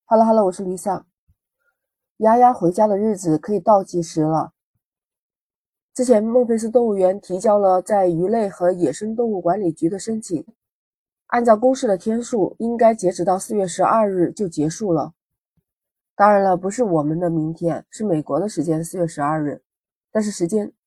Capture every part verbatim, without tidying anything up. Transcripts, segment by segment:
哈喽哈喽，我是 Lisa。丫丫回家的日子可以倒计时了。之前孟菲斯动物园提交了在鱼类和野生动物管理局的申请，按照公示的天数，应该截止到四月十二日就结束了。当然了，不是我们的明天，是美国的时间四月十二日。但是时间，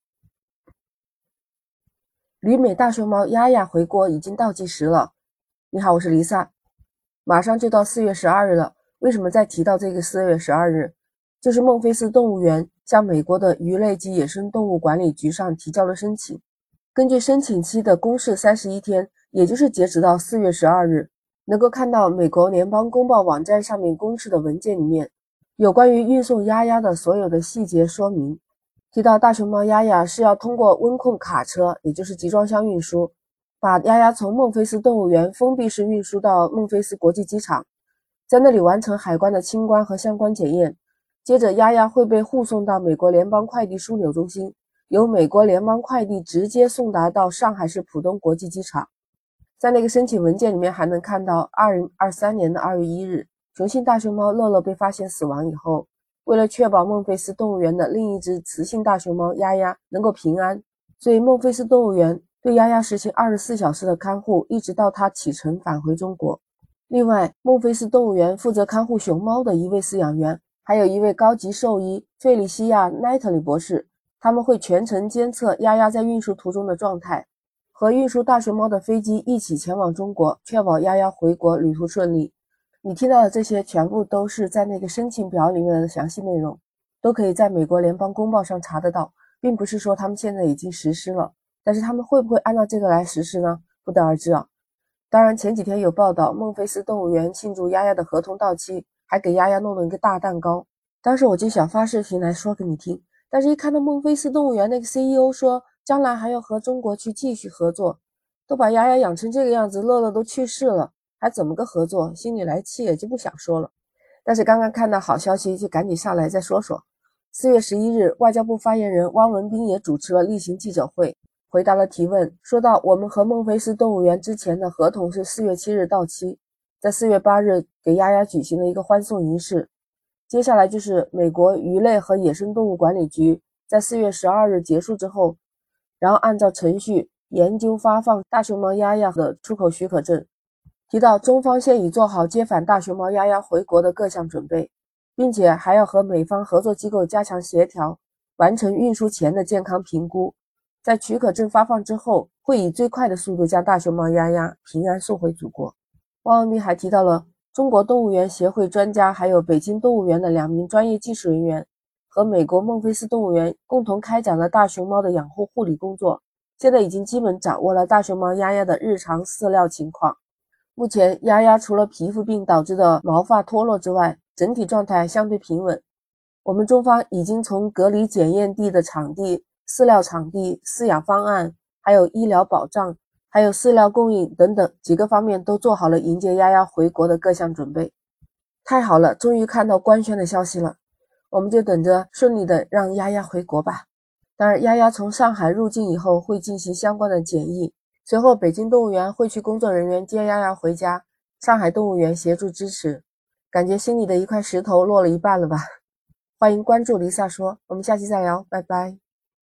旅美大熊猫丫丫回国已经倒计时了。你好，我是 Lisa。马上就到四月十二日了，为什么再提到这个四月十二日？就是孟菲斯动物园向美国的鱼类及野生动物管理局上提交了申请。根据申请期的公示三十一天，也就是截止到四月十二日，能够看到美国联邦公报网站上面公示的文件里面有关于运送丫丫的所有的细节说明，提到大熊猫丫丫是要通过温控卡车，也就是集装箱运输，把丫丫从孟菲斯动物园封闭式运输到孟菲斯国际机场，在那里完成海关的清关和相关检验。接着丫丫会被护送到美国联邦快递枢纽中心，由美国联邦快递直接送达到上海市浦东国际机场。在那个申请文件里面还能看到二零二三年的二月一日，雄性大熊猫乐乐被发现死亡以后，为了确保孟菲斯动物园的另一只雌性大熊猫丫丫能够平安，所以孟菲斯动物园对丫丫实行二十四小时的看护，一直到它启程返回中国。另外，孟菲斯动物园负责看护熊猫的一位饲养员，还有一位高级兽医费利西亚·奈特里博士，他们会全程监测丫丫在运输途中的状态，和运输大熊猫的飞机一起前往中国，确保丫丫回国旅途顺利。你听到的这些全部都是在那个申请表里面的详细内容，都可以在美国联邦公报上查得到，并不是说他们现在已经实施了，但是他们会不会按照这个来实施呢？不得而知啊。当然前几天有报道，孟菲斯动物园庆祝丫丫的合同到期，还给丫丫弄了一个大蛋糕。当时我就想发视频来说给你听，但是一看到孟菲斯动物园那个 C E O 说将来还要和中国去继续合作，都把丫丫养成这个样子，乐乐都去世了，还怎么个合作？心里来气也就不想说了。但是刚刚看到好消息，就赶紧上来再说说。四月十一日，外交部发言人汪文斌也主持了例行记者会，回答了提问，说到我们和孟菲斯动物园之前的合同是四月七日到期，在四月八日给丫丫举行了一个欢送仪式。接下来就是美国鱼类和野生动物管理局在四月十二日结束之后，然后按照程序研究发放大熊猫丫丫的出口许可证。提到中方现已做好接返大熊猫丫丫回国的各项准备，并且还要和美方合作机构加强协调，完成运输前的健康评估。在许可证发放之后，会以最快的速度将大熊猫丫丫平安送回祖国。汪文斌还提到了中国动物园协会专家，还有北京动物园的两名专业技术人员和美国孟菲斯动物园共同开展了大熊猫的养护护理工作，现在已经基本掌握了大熊猫丫丫的日常饲料情况。目前丫丫除了皮肤病导致的毛发脱落之外，整体状态相对平稳。我们中方已经从隔离检验地的场地、饲料场地、饲养方案，还有医疗保障，还有饲料供应等等几个方面都做好了迎接丫丫回国的各项准备。太好了，终于看到官宣的消息了，我们就等着顺利的让丫丫回国吧。当然，丫丫从上海入境以后会进行相关的检疫，随后北京动物园会去工作人员接丫丫回家，上海动物园协助支持。感觉心里的一块石头落了一半了吧。欢迎关注Lisa说，我们下期再聊，拜拜。